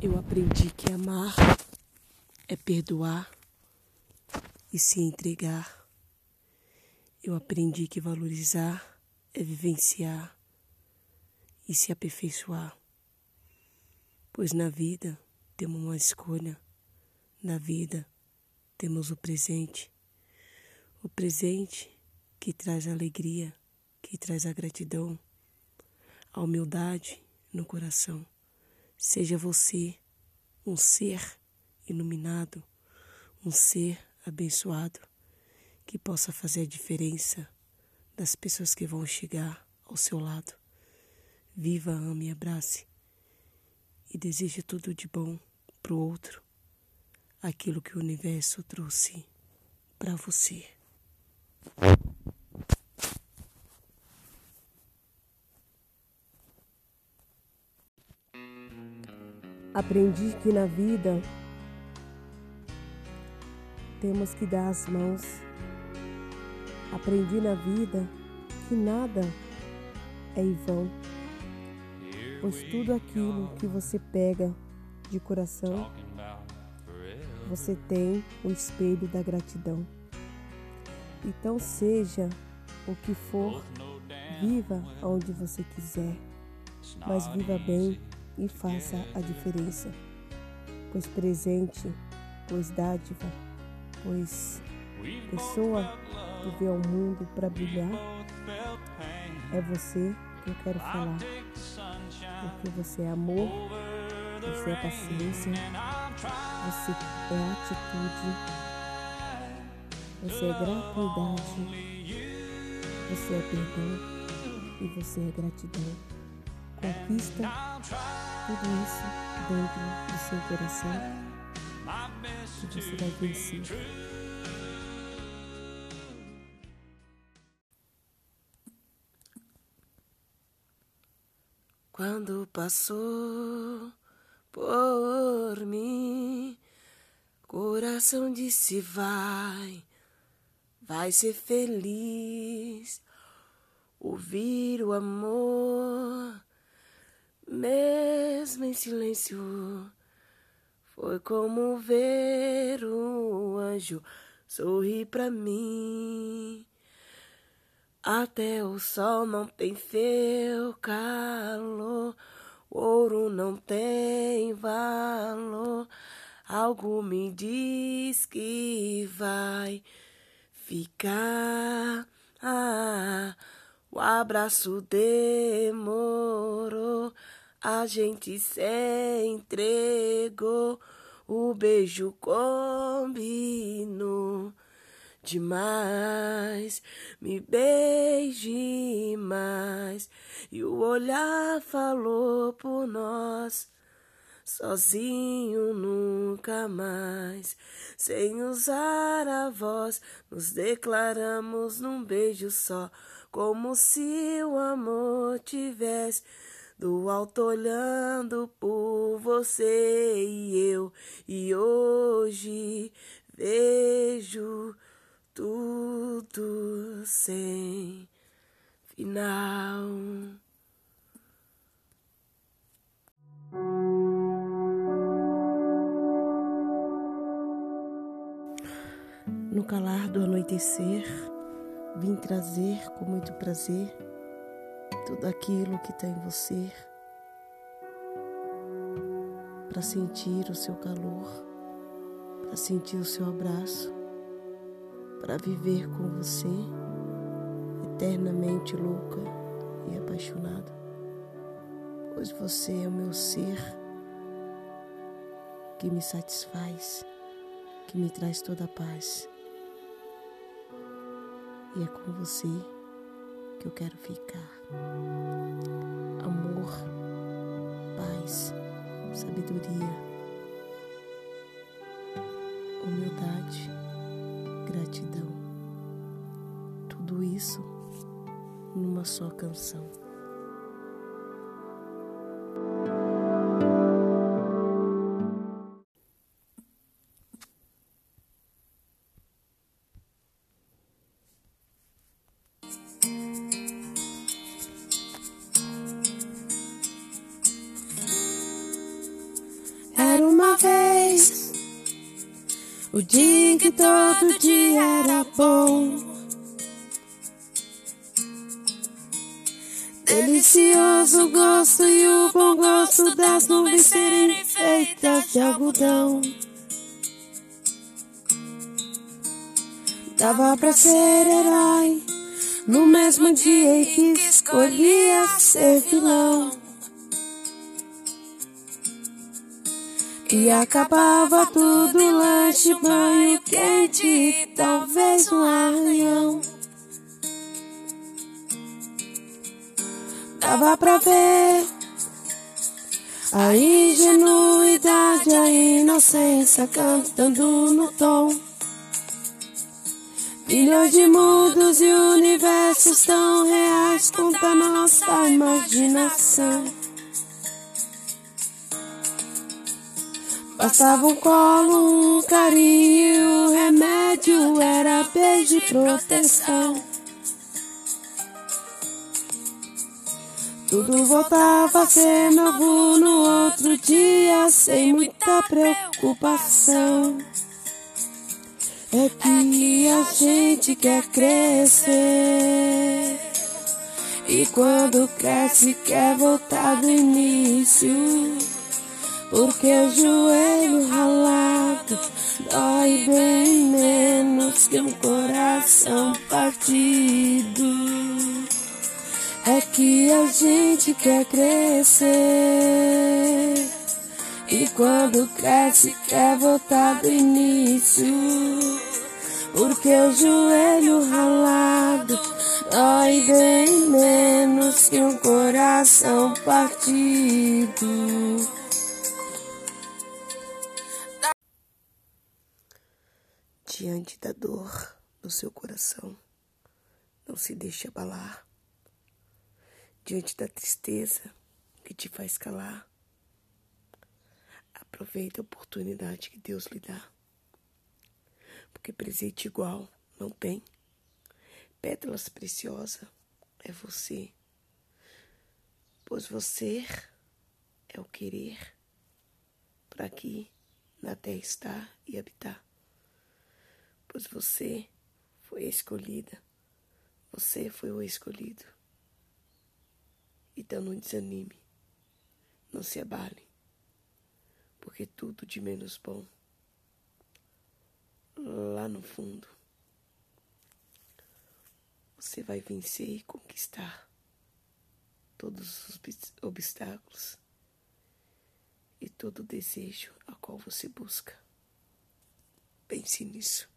Eu aprendi que amar é perdoar e se entregar. Eu aprendi que valorizar é vivenciar e se aperfeiçoar. Pois na vida temos uma escolha, na vida temos o presente que traz a alegria, que traz a gratidão, a humildade no coração. Seja você um ser iluminado, um ser abençoado, que possa fazer a diferença das pessoas que vão chegar ao seu lado. Viva, ame e abrace e deseje tudo de bom para o outro, aquilo que o universo trouxe para você. Aprendi que na vida temos que dar as mãos. Aprendi na vida que nada é em vão, pois tudo aquilo que você pega de coração, você tem o espelho da gratidão. Então seja o que for, viva onde você quiser, mas viva bem e faça a diferença. Pois presente, pois dádiva, pois pessoa que veio ao mundo para brilhar, é você que eu quero falar. Porque você é amor, você é paciência, você é atitude, você é gratuidade, você é perdão e você é gratidão. Conquista tudo isso dentro do seu coração, que você vai vencer. Quando passou por mim, coração disse vai ser feliz. Ouvir o amor, mesmo em silêncio, foi como ver um anjo sorrir pra mim. Até o sol não tem seu calor, o ouro não tem valor. Algo me diz que vai ficar. O abraço demorou, a gente se entregou, o beijo combinou demais, me beije mais, e o olhar falou por nós, sozinho nunca mais, sem usar a voz, nos declaramos num beijo só, como se o amor tivesse do alto olhando por você e eu, e hoje vejo tudo sem final. No calar do anoitecer, vim trazer com muito prazer tudo aquilo que está em você, para sentir o seu calor, para sentir o seu abraço, para viver com você, eternamente louca e apaixonada, pois você é o meu ser que me satisfaz, que me traz toda a paz. E é com você que eu quero ficar. Amor, paz, sabedoria, humildade, gratidão. Tudo isso numa só canção. uma vez, o dia que todo dia era bom. Delicioso gosto e o bom gosto das nuvens serem feitas de algodão. Dava pra ser herói no mesmo dia em que escolhia ser vilão. E acabava tudo, lanche, banho quente e talvez um arranhão. Dava pra ver a ingenuidade, a inocência cantando no tom. Milhões de mundos e universos tão reais contra nossa imaginação. Bastava um colo, um carinho, e o remédio era beijo e proteção. Tudo voltava a ser novo no outro dia, sem muita preocupação. É que a gente quer crescer, e quando cresce quer voltar do início, porque o joelho ralado dói bem menos que um coração partido. É que a gente quer crescer, e quando cresce quer voltar do início, porque o joelho ralado dói bem menos que um coração partido. Diante da dor no seu coração, não se deixe abalar. Diante da tristeza que te faz calar, aproveita a oportunidade que Deus lhe dá. Porque presente igual não tem. Pétalas preciosas é você. Pois você é o querer para aqui na terra estar e habitar. Pois você foi a escolhida. Você foi o escolhido. Então não desanime. Não se abale. Porque tudo de menos bom lá no fundo você vai vencer e conquistar todos os obstáculos e todo o desejo a qual você busca. Pense nisso.